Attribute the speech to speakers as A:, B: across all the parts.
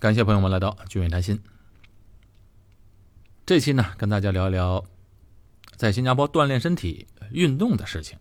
A: 感谢朋友们来到俊伟谈心。这期呢，跟大家聊一聊在新加坡锻炼身体运动的事情。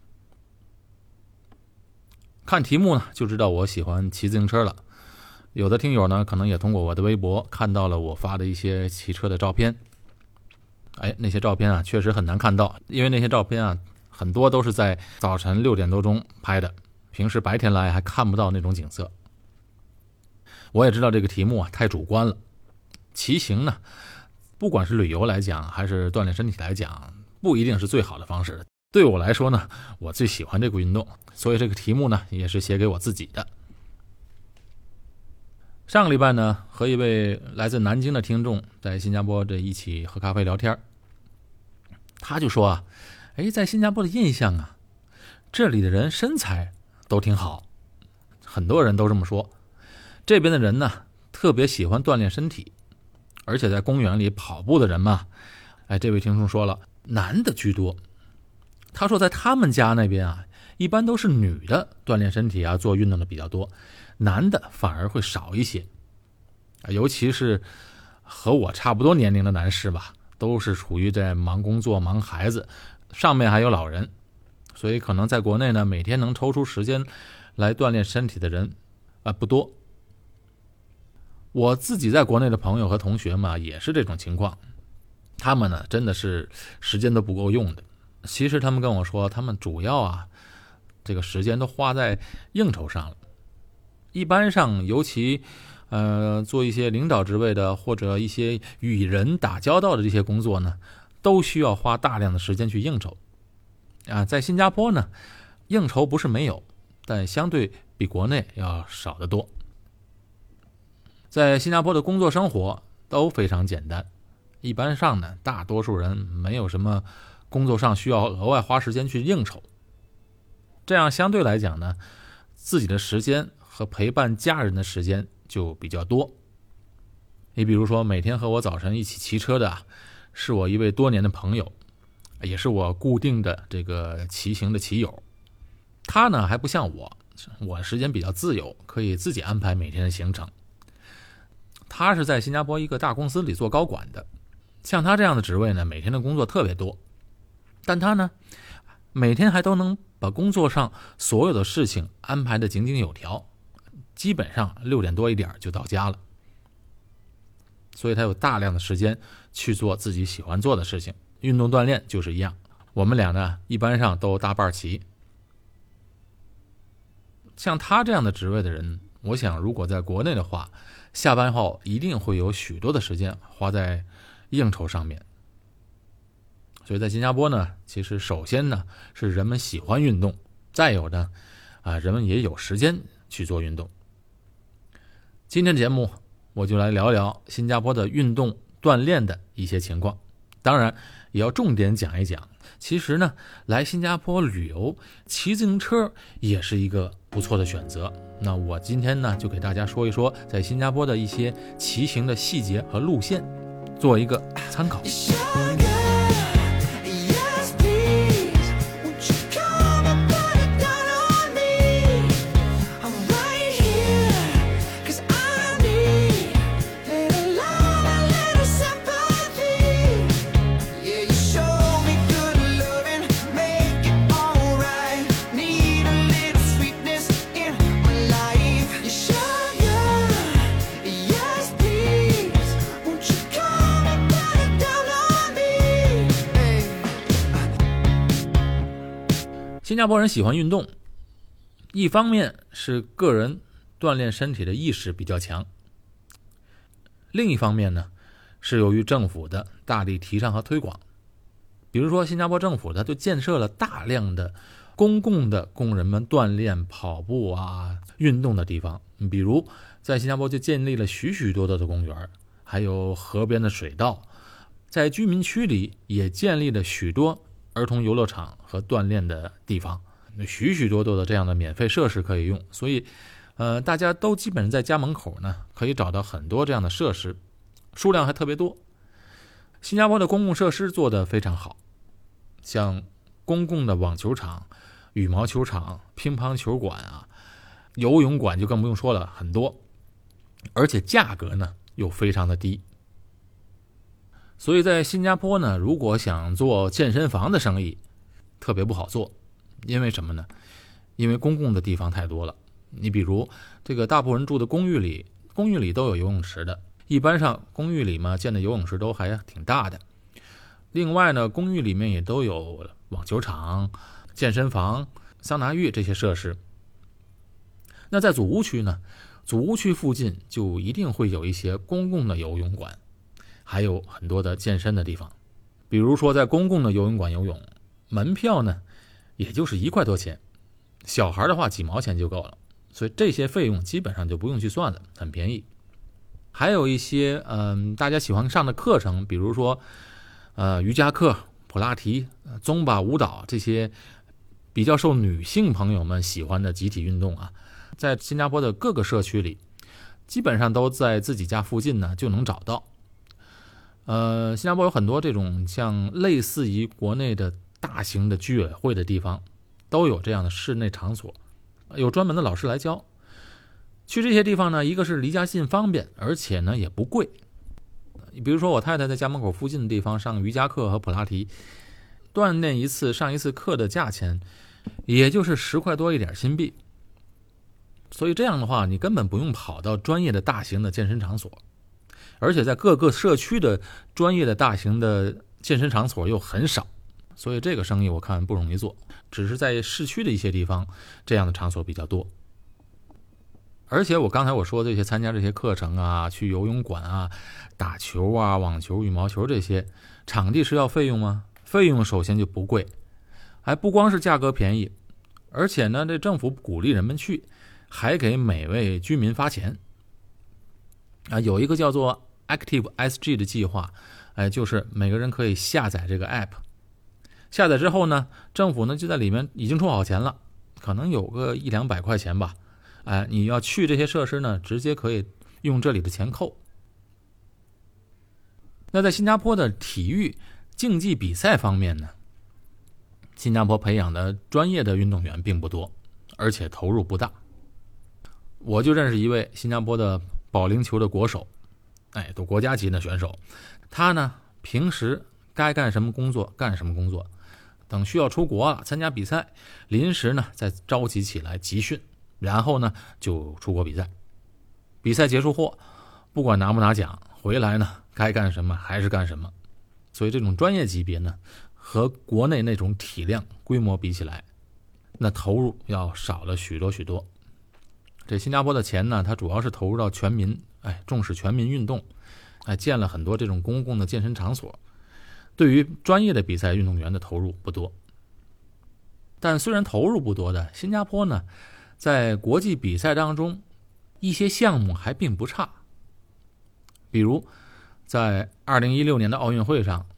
A: 看题目呢，就知道我喜欢骑自行车了。有的听友呢，可能也通过我的微博看到了我发的一些骑车的照片。那些照片啊，确实很难看到，因为那些照片啊，很多都是在早晨6点多钟拍的，平时白天来还看不到那种景色。我也知道这个题目啊太主观了，骑行呢，不管是旅游来讲还是锻炼身体来讲，不一定是最好的方式。对我来说呢，我最喜欢这个运动，所以这个题目呢也是写给我自己的。上个礼拜呢，和一位来自南京的听众在新加坡一起喝咖啡聊天，他就说啊，在新加坡的印象啊，这里的人身材都挺好，很多人都这么说。这边的人呢，特别喜欢锻炼身体，而且在公园里跑步的人嘛，这位听众说了，男的居多。他说在他们家那边啊，一般都是女的锻炼身体啊，做运动的比较多，男的反而会少一些。尤其是和我差不多年龄的男士吧，都是处于在忙工作、忙孩子，上面还有老人，所以可能在国内呢，每天能抽出时间来锻炼身体的人不多。我自己在国内的朋友和同学嘛，也是这种情况。他们呢，真的是时间都不够用的。其实他们跟我说，他们主要啊，这个时间都花在应酬上了。一般上，尤其做一些领导职位的，或者一些与人打交道的这些工作呢，都需要花大量的时间去应酬。在新加坡呢，应酬不是没有，但相对比国内要少得多。在新加坡的工作生活都非常简单，一般上呢，大多数人没有什么工作上需要额外花时间去应酬，这样相对来讲呢，自己的时间和陪伴家人的时间就比较多。你比如说，每天和我早晨一起骑车的是我一位多年的朋友，也是我固定的这个骑行的骑友。他呢还不像我时间比较自由，可以自己安排每天的行程。他是在新加坡一个大公司里做高管的，像他这样的职位呢，每天的工作特别多，但他呢，每天还都能把工作上所有的事情安排得井井有条，基本上6点多一点就到家了。所以他有大量的时间去做自己喜欢做的事情，运动锻炼就是一样。我们俩呢，一般上都搭伴骑。像他这样的职位的人，我想如果在国内的话，下班后一定会有许多的时间花在应酬上面。所以在新加坡呢，其实首先呢是人们喜欢运动，再有呢人们也有时间去做运动。今天的节目我就来聊聊新加坡的运动锻炼的一些情况，当然也要重点讲一讲，其实呢来新加坡旅游骑自行车也是一个不错的选择。那我今天呢就给大家说一说在新加坡的一些骑行的细节和路线，做一个参考。新加坡人喜欢运动，一方面是个人锻炼身体的意识比较强，另一方面呢，是由于政府的大力提倡和推广。比如说新加坡政府它就建设了大量的公共的供人们锻炼跑步运动的地方。比如在新加坡就建立了许许多多的公园，还有河边的水道，在居民区里也建立了许多儿童游乐场和锻炼的地方，许许多多的这样的免费设施可以用。所以大家都基本上在家门口呢可以找到很多这样的设施，数量还特别多。新加坡的公共设施做得非常好，像公共的网球场、羽毛球场、乒乓球馆游泳馆就更不用说了，很多。 而且价格呢又非常的低。所以在新加坡呢，如果想做健身房的生意，特别不好做。因为什么呢？因为公共的地方太多了。你比如这个大部分人住的公寓里都有游泳池的，一般上公寓里嘛建的游泳池都还挺大的。另外呢，公寓里面也都有网球场、健身房、桑拿浴这些设施。那在祖屋区呢，祖屋区附近就一定会有一些公共的游泳馆，还有很多的健身的地方。比如说在公共的游泳馆游泳，门票呢也就是1块多钱，小孩的话几毛钱就够了，所以这些费用基本上就不用去算了，很便宜。还有一些大家喜欢上的课程，比如说瑜伽课、普拉提、宗巴舞蹈，这些比较受女性朋友们喜欢的集体运动啊，在新加坡的各个社区里基本上都在自己家附近呢就能找到。新加坡有很多这种像类似于国内的大型的居委会的地方，都有这样的室内场所，有专门的老师来教。去这些地方呢，一个是离家近方便，而且呢也不贵。比如说我太太在家门口附近的地方上瑜伽课和普拉提，锻炼一次上一次课的价钱也就是10块多一点新币。所以这样的话，你根本不用跑到专业的大型的健身场所，而且在各个社区的专业的大型的健身场所又很少，所以这个生意我看不容易做，只是在市区的一些地方这样的场所比较多。而且刚才我说这些参加这些课程啊，去游泳馆啊、打球啊、网球、羽毛球这些场地是要费用吗？费用首先就不贵，还不光是价格便宜，而且呢这政府鼓励人们去，还给每位居民发钱有一个叫做 Active SG 的计划，就是每个人可以下载这个 app， 下载之后呢，政府呢就在里面已经充好钱了，可能有个100-200块钱吧。你要去这些设施呢，直接可以用这里的钱扣。那在新加坡的体育竞技比赛方面呢，新加坡培养的专业的运动员并不多，而且投入不大。我就认识一位新加坡的保龄球的国手，都国家级的选手。他呢，平时该干什么工作干什么工作，等需要出国了参加比赛，临时呢再召集起来集训，然后呢就出国比赛。比赛结束后，不管拿不拿奖，回来呢该干什么还是干什么。所以这种专业级别呢，和国内那种体量规模比起来，那投入要少了许多许多。这新加坡的钱呢，它主要是投入到全民，重视全民运动，建了很多这种公共的健身场所。对于专业的比赛运动员的投入不多。但虽然投入不多的，新加坡呢，在国际比赛当中，一些项目还并不差。比如在2016年的奥运会上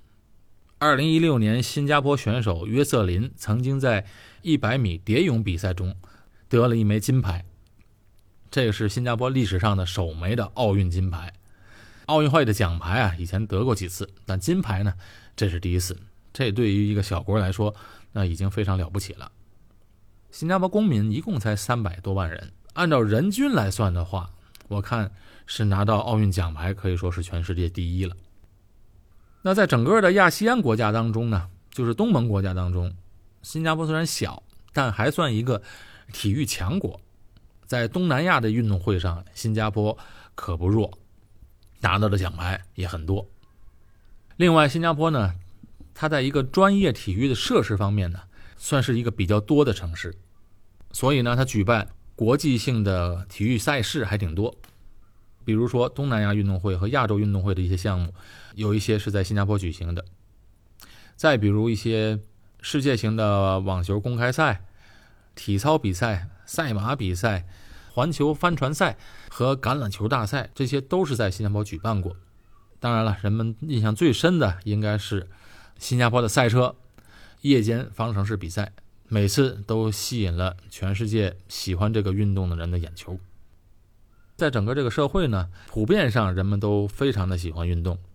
A: ，2016年新加坡选手约瑟琳曾经在100米蝶泳比赛中得了1枚金牌，这个是新加坡历史上的首枚的奥运金牌。奥运会的奖牌以前得过几次，但金牌呢，这是第一次。这对于一个小国来说，那已经非常了不起了。新加坡公民一共才300多万人，按照人均来算的话，我看是拿到奥运奖牌可以说是全世界第一了。那在整个的亚细安国家当中呢，就是东盟国家当中，新加坡虽然小，但还算一个体育强国。在东南亚的运动会上，新加坡可不弱，拿到的奖牌也很多。另外，新加坡呢，它在一个专业体育的设施方面呢，算是一个比较多的城市，所以呢，它举办国际性的体育赛事还挺多。比如说东南亚运动会和亚洲运动会的一些项目，有一些是在新加坡举行的。再比如一些世界型的网球公开赛、体操比赛、赛马比赛、环球帆船赛和橄榄球大赛，这些都是在新加坡举办过。当然了，人们印象最深的应该是新加坡的赛车夜间方程式比赛，每次都吸引了全世界喜欢这个运动的人的眼球。在整个这个社会呢，普遍上人们都非常的喜欢运动。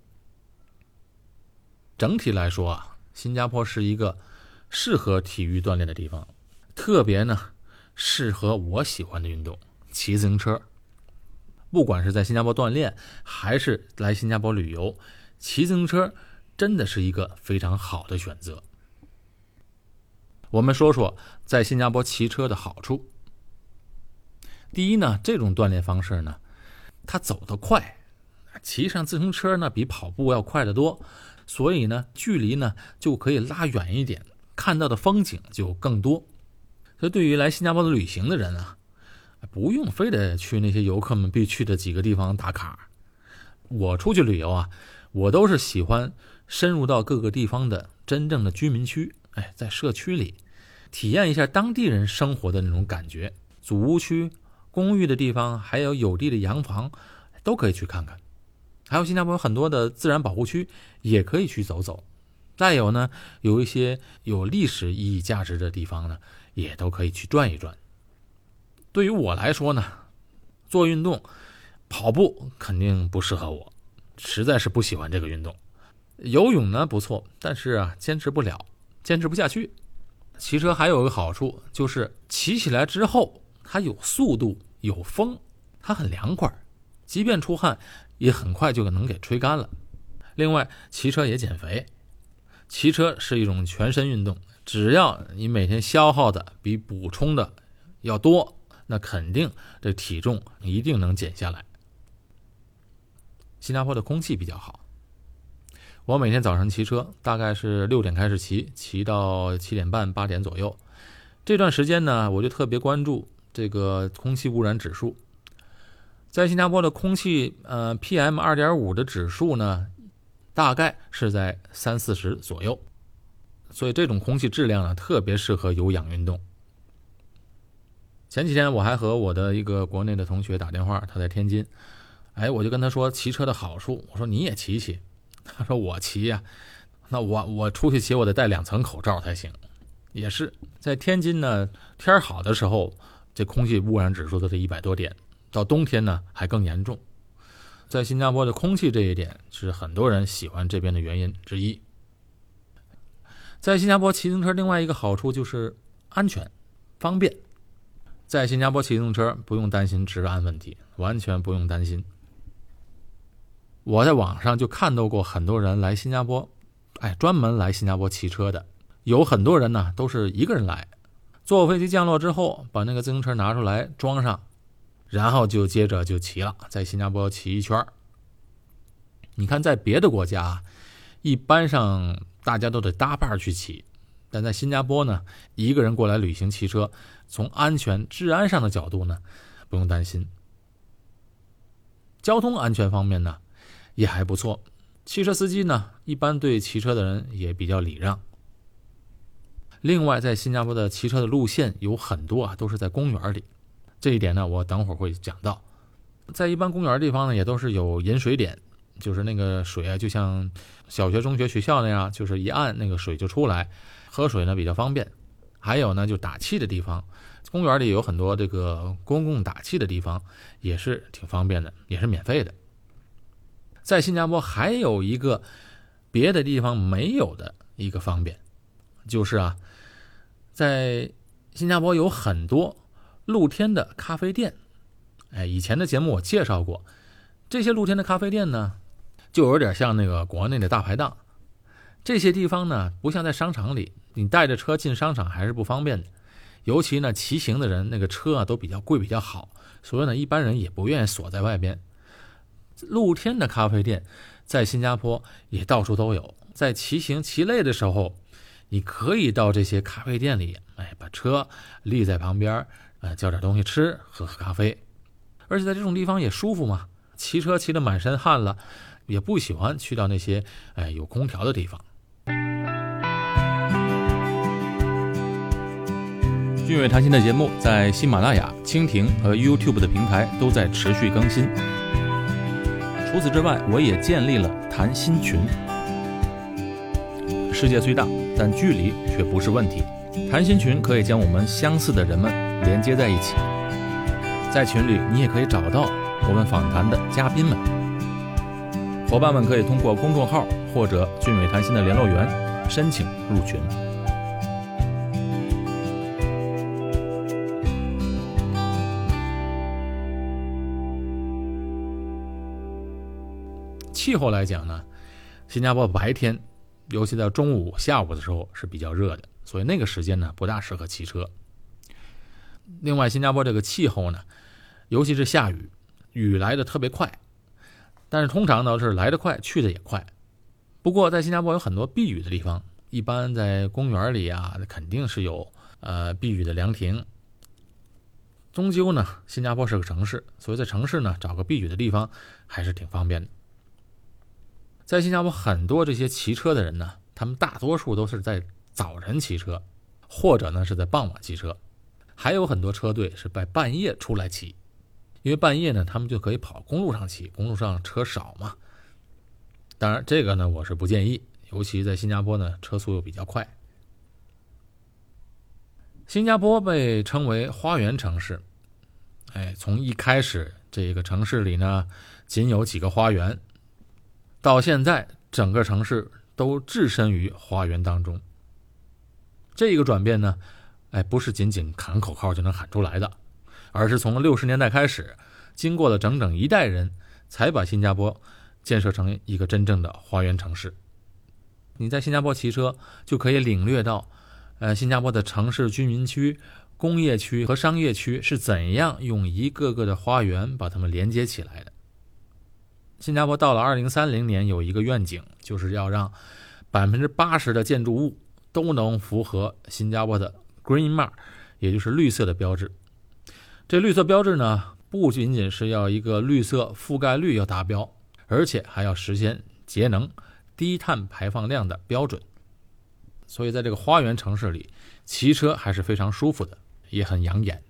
A: 整体来说新加坡是一个适合体育锻炼的地方，特别呢适合我喜欢的运动，骑自行车。 不管是在新加坡锻炼，还是来新加坡旅游，骑自行车真的是一个非常好的选择。我们说说在新加坡骑车的好处。第一呢，这种锻炼方式呢，它走得快，骑上自行车呢比跑步要快得多，所以呢距离呢就可以拉远一点，看到的风景就更多。所以对于来新加坡的旅行的人啊，不用非得去那些游客们必去的几个地方打卡。我出去旅游啊，我都是喜欢深入到各个地方的真正的居民区，在社区里体验一下当地人生活的那种感觉。祖屋区、公寓的地方，还有有地的洋房都可以去看看。还有新加坡有很多的自然保护区也可以去走走。再有呢，有一些有历史意义价值的地方呢，也都可以去转一转。对于我来说呢，做运动跑步肯定不适合我，实在是不喜欢这个运动。游泳呢不错，但是啊坚持不了，坚持不下去。骑车还有一个好处，就是骑起来之后它有速度有风，它很凉快，即便出汗也很快就能给吹干了。另外骑车也减肥，骑车是一种全身运动，只要你每天消耗的比补充的要多，那肯定这体重一定能减下来。新加坡的空气比较好，我每天早上骑车大概是6点开始骑到7点半8点左右。这段时间呢，我就特别关注这个空气污染指数。在新加坡的空气PM2.5 的指数呢，大概是在30-40左右，所以这种空气质量呢，特别适合有氧运动。前几天我还和我的一个国内的同学打电话，他在天津，我就跟他说骑车的好处，我说你也骑骑，他说我骑呀，那我出去骑我得戴2层口罩才行。也是在天津呢，天好的时候，这空气污染指数都是100多点，到冬天呢还更严重。在新加坡的空气这一点是很多人喜欢这边的原因之一。在新加坡骑自行车另外一个好处就是安全方便。在新加坡骑自行车不用担心治安问题，完全不用担心。我在网上就看到过很多人来新加坡，专门来新加坡骑车的。有很多人呢都是一个人来，坐飞机降落之后把那个自行车拿出来装上，然后就接着就骑了，在新加坡骑一圈。你看在别的国家一般上大家都得搭伴去骑，但在新加坡呢，一个人过来旅行骑车，从安全治安上的角度呢不用担心。交通安全方面呢也还不错，汽车司机呢一般对骑车的人也比较礼让。另外在新加坡的骑车的路线有很多都是在公园里，这一点呢我等会儿会讲到。在一般公园的地方呢也都是有饮水点，就是那个水就像小学中学学校那样，就是一按那个水就出来，喝水呢比较方便。还有呢就打气的地方，公园里有很多这个公共打气的地方，也是挺方便的，也是免费的。在新加坡还有一个别的地方没有的一个方便，就是在新加坡有很多露天的咖啡店。以前的节目我介绍过，这些露天的咖啡店呢就有点像那个国内的大排档。这些地方呢不像在商场里，你带着车进商场还是不方便的，尤其呢骑行的人那个车都比较贵比较好，所以呢一般人也不愿意锁在外边。露天的咖啡店在新加坡也到处都有，在骑行骑累的时候，你可以到这些咖啡店里，把车立在旁边，叫点东西吃，喝喝咖啡。而且在这种地方也舒服嘛，骑车骑得满身汗了，也不喜欢去到那些有空调的地方。俊伟谈心的节目在喜马拉雅、蜻蜓和 YouTube 的平台都在持续更新。除此之外，我也建立了谈心群。世界虽大，但距离却不是问题。谈心群可以将我们相似的人们连接在一起。在群里，你也可以找到我们访谈的嘉宾们。伙伴们可以通过公众号或者俊伟谈心的联络员申请入群。 气候来讲呢，新加坡白天尤其在中午下午的时候是比较热的，所以那个时间呢不大适合骑车。另外新加坡这个气候呢，尤其是下雨，雨来的特别快，但是通常呢是来得快去的也快。不过在新加坡有很多避雨的地方，一般在公园里啊肯定是有避雨的凉亭。终究呢新加坡是个城市，所以在城市呢找个避雨的地方还是挺方便的。在新加坡很多这些骑车的人呢，他们大多数都是在早晨骑车，或者呢是在傍晚骑车，还有很多车队是在半夜出来骑，因为半夜呢他们就可以跑公路上骑，公路上车少嘛。当然这个呢我是不建议，尤其在新加坡呢车速又比较快。新加坡被称为花园城市，从一开始这个城市里呢仅有几个花园，到现在整个城市都置身于花园当中。这个转变呢不是仅仅喊口号就能喊出来的，而是从60年代开始，经过了整整一代人才把新加坡建设成一个真正的花园城市。你在新加坡骑车就可以领略到新加坡的城市居民区、工业区和商业区是怎样用一个个的花园把它们连接起来的。新加坡到了2030年有一个愿景，就是要让 80% 的建筑物都能符合新加坡的 Green Mark， 也就是绿色的标志。这绿色标志呢，不仅仅是要一个绿色覆盖率要达标，而且还要实现节能、低碳排放量的标准。所以在这个花园城市里，骑车还是非常舒服的，也很养眼。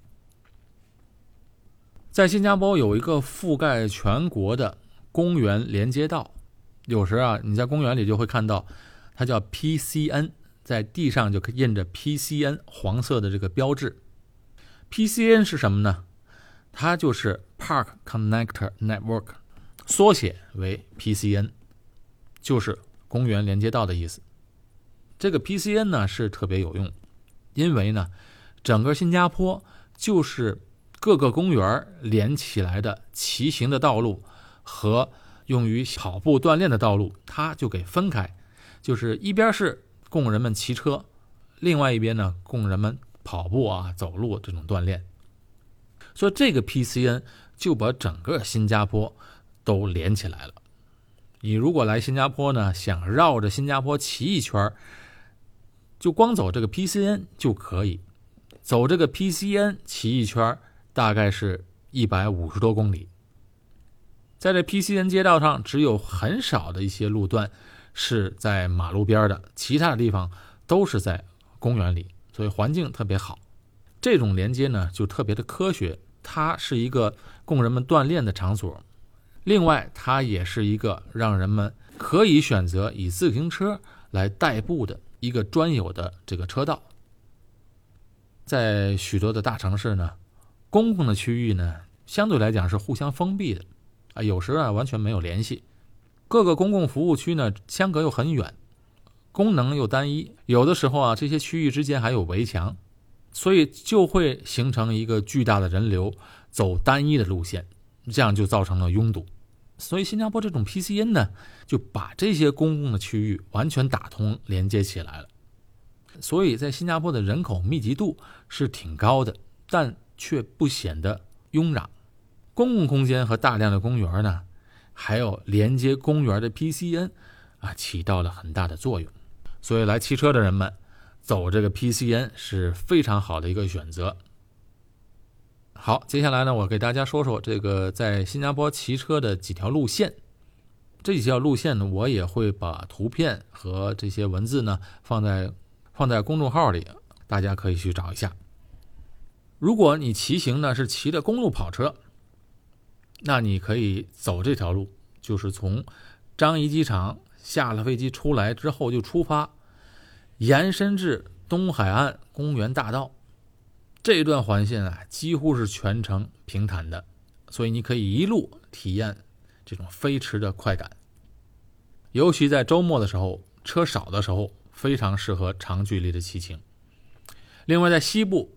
A: 在新加坡有一个覆盖全国的公园连接道，有时你在公园里就会看到它叫 PCN， 在地上就印着 PCN 黄色的这个标志。PCN 是什么呢？它就是 Park Connector Network， 缩写为 PCN， 就是公园连接道的意思。这个 PCN 呢是特别有用，因为呢整个新加坡就是各个公园连起来的骑行的道路和用于跑步锻炼的道路，它就给分开，就是一边是供人们骑车，另外一边呢供人们跑步走路这种锻炼。所以这个 PCN 就把整个新加坡都连起来了。你如果来新加坡呢，想绕着新加坡骑一圈，就光走这个 PCN 就可以。走这个 PCN 骑一圈大概是150多公里。在这 PCN 街道上只有很少的一些路段是在马路边的，其他的地方都是在公园里，所以环境特别好。这种连接呢就特别的科学，它是一个供人们锻炼的场所，另外它也是一个让人们可以选择以自行车来代步的一个专有的这个车道。在许多的大城市呢，公共的区域呢相对来讲是互相封闭的有时完全没有联系。各个公共服务区呢相隔又很远，功能又单一，有的时候这些区域之间还有围墙，所以就会形成一个巨大的人流走单一的路线，这样就造成了拥堵。所以新加坡这种 PCN 呢就把这些公共的区域完全打通连接起来了。所以在新加坡的人口密集度是挺高的，但却不显得拥攘。公共空间和大量的公园呢，还有连接公园的 PCN 起到了很大的作用。所以来骑车的人们走这个 PCN 是非常好的一个选择。好，接下来呢，我给大家说说这个在新加坡骑车的几条路线。这几条路线呢，我也会把图片和这些文字呢放在公众号里，大家可以去找一下。如果你骑行呢是骑的公路跑车，那你可以走这条路，就是从樟宜机场下了飞机出来之后就出发，延伸至东海岸公园大道。这一段环线几乎是全程平坦的，所以你可以一路体验这种飞驰的快感。尤其在周末的时候，车少的时候，非常适合长距离的骑行。另外在西部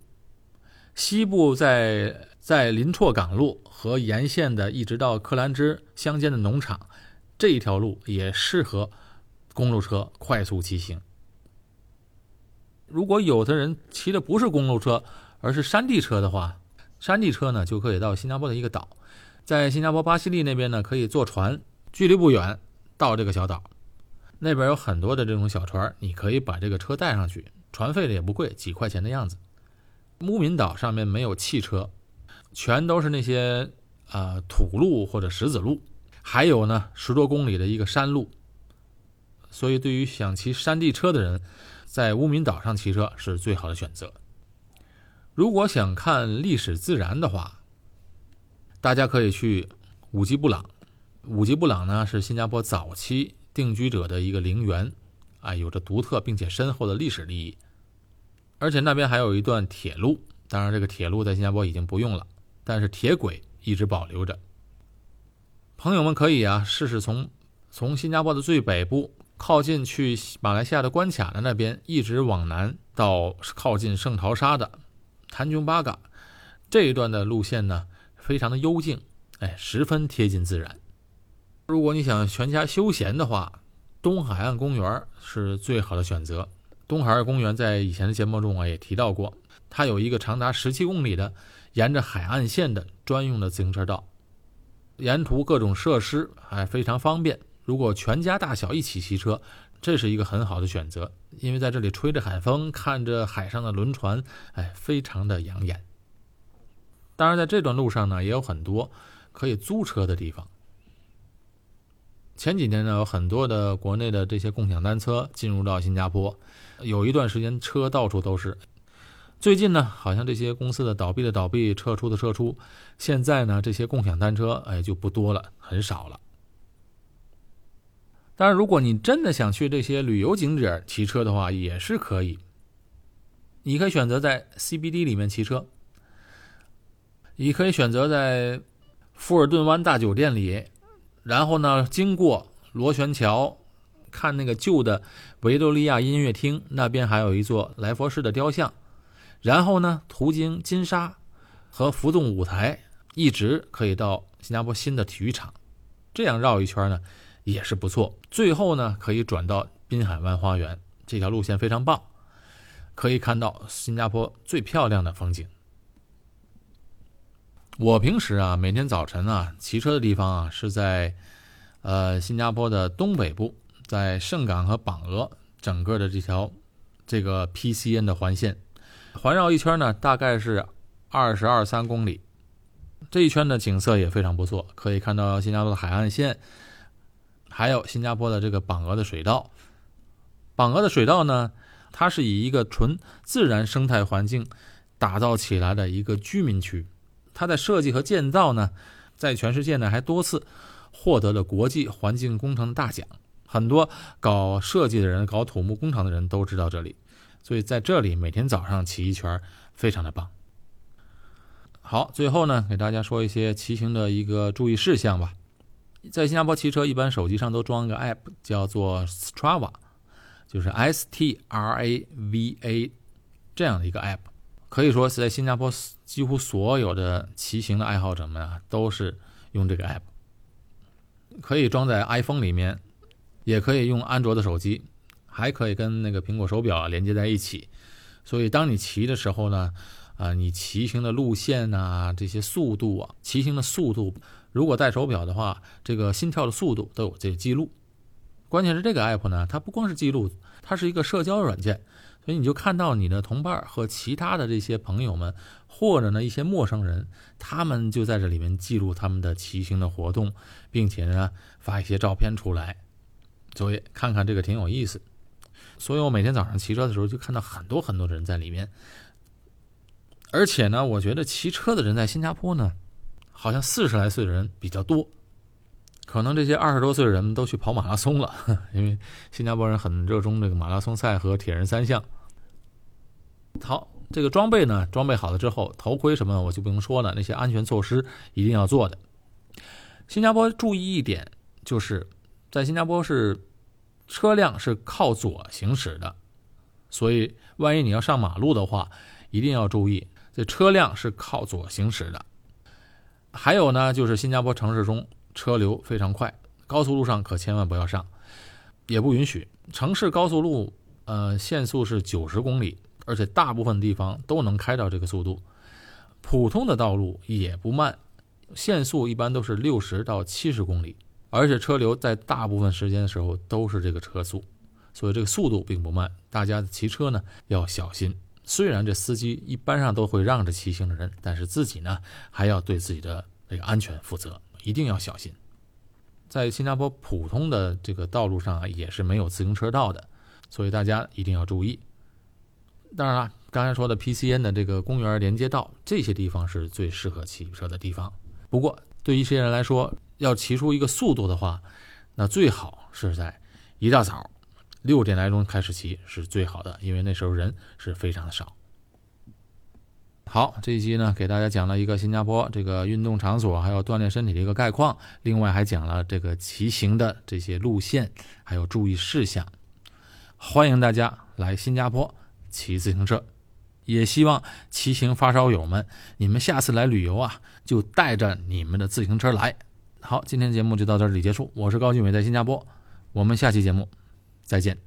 A: 在林厝港路和沿线的一直到克兰芝乡间的农场， 这一条路也适合公路车快速骑行。如果有的人骑的不是公路车，而是山地车的话，山地车呢就可以到新加坡的一个岛，在新加坡巴西利那边呢可以坐船，距离不远到这个小岛，那边有很多的这种小船，你可以把这个车带上去，船费的也不贵，几块钱的样子。乌敏岛上面没有汽车，全都是那些土路或者石子路，还有呢10多公里的一个山路，所以对于想骑山地车的人，在乌敏岛上骑车是最好的选择。如果想看历史自然的话，大家可以去五吉布朗。五吉布朗呢是新加坡早期定居者的一个陵园，有着独特并且深厚的历史意义。而且那边还有一段铁路，当然这个铁路在新加坡已经不用了，但是铁轨一直保留着。朋友们可以试试从新加坡的最北部靠近去马来西亚的关卡的那边，一直往南到靠近圣淘沙的谭琼巴嘎，这一段的路线呢非常的幽静，十分贴近自然。如果你想全家休闲的话，东海岸公园是最好的选择。东海岸公园在以前的节目中也提到过，它有一个长达17公里的沿着海岸线的专用的自行车道，沿途各种设施还非常方便。如果全家大小一起骑车，这是一个很好的选择，因为在这里吹着海风，看着海上的轮船，非常的养眼。当然在这段路上呢，也有很多可以租车的地方。前几年呢，有很多的国内的这些共享单车进入到新加坡，有一段时间车到处都是。最近呢，好像这些公司的倒闭的倒闭，撤出的撤出，现在呢，这些共享单车就不多了，很少了。当然如果你真的想去这些旅游景点骑车的话，也是可以。你可以选择在 CBD 里面骑车，你可以选择在富尔顿湾大酒店里，然后呢经过螺旋桥，看那个旧的维多利亚音乐厅，那边还有一座来佛士的雕像，然后呢途经金沙和浮动舞台，一直可以到新加坡新的体育场，这样绕一圈呢也是不错。最后呢可以转到滨海湾花园，这条路线非常棒，可以看到新加坡最漂亮的风景。我平时每天早晨骑车的地方是在新加坡的东北部，在圣港和榜鹅整个的这个 PCN 的环线，环绕一圈呢大概是22-23公里。这一圈的景色也非常不错，可以看到新加坡的海岸线，还有新加坡的这个榜鹅的水道。榜鹅的水道呢，它是以一个纯自然生态环境打造起来的一个居民区。它的设计和建造呢，在全世界呢还多次获得了国际环境工程的大奖，很多搞设计的人、搞土木工程的人都知道这里，所以在这里每天早上骑一圈非常的棒。好，最后呢给大家说一些骑行的一个注意事项吧。在新加坡骑车一般手机上都装一个 app 叫做 Strava， 就是 STRAVA 这样的一个 app， 可以说是在新加坡几乎所有的骑行的爱好者们都是用这个 app， 可以装在 iPhone 里面，也可以用安卓的手机，还可以跟那个苹果手表连接在一起。所以当你骑的时候呢，你骑行的路线这些速度骑行的速度，如果带手表的话，这个心跳的速度都有这个记录。关键是这个 app 呢，它不光是记录，它是一个社交软件，所以你就看到你的同伴和其他的这些朋友们，或者呢一些陌生人，他们就在这里面记录他们的骑行的活动，并且呢发一些照片出来，所以看看这个挺有意思。所以我每天早上骑车的时候就看到很多很多人在里面。而且呢，我觉得骑车的人在新加坡呢，好像40来岁的人比较多，可能这些20多岁的人都去跑马拉松了，因为新加坡人很热衷这个马拉松赛和铁人三项。好，这个装备呢，装备好了之后，头盔什么我就不用说了，那些安全措施一定要做的。新加坡注意一点，就是在新加坡是车辆是靠左行驶的，所以万一你要上马路的话，一定要注意，这车辆是靠左行驶的。还有呢，就是新加坡城市中车流非常快， 高速路上可千万不要上，也不允许。城市高速路限速是90公里，而且大部分地方都能开到这个速度。普通的道路也不慢，限速一般都是60到70公里，而且车流在大部分时间的时候都是这个车速，所以这个速度并不慢。大家骑车呢要小心，虽然这司机一般上都会让着骑行的人，但是自己呢还要对自己的这个安全负责，一定要小心。在新加坡普通的这个道路上也是没有自行车道的，所以大家一定要注意。当然了，刚才说的 PCN 的这个公园连接道，这些地方是最适合骑车的地方。不过对一些人来说，要骑出一个速度的话，那最好是在一大早6点来钟开始骑是最好的，因为那时候人是非常的少。好，这一期呢给大家讲了一个新加坡这个运动场所还有锻炼身体的一个概况，另外还讲了这个骑行的这些路线还有注意事项。欢迎大家来新加坡骑自行车，也希望骑行发烧友们，你们下次来旅游啊就带着你们的自行车来。好，今天节目就到这里结束，我是高俊伟，在新加坡，我们下期节目再见。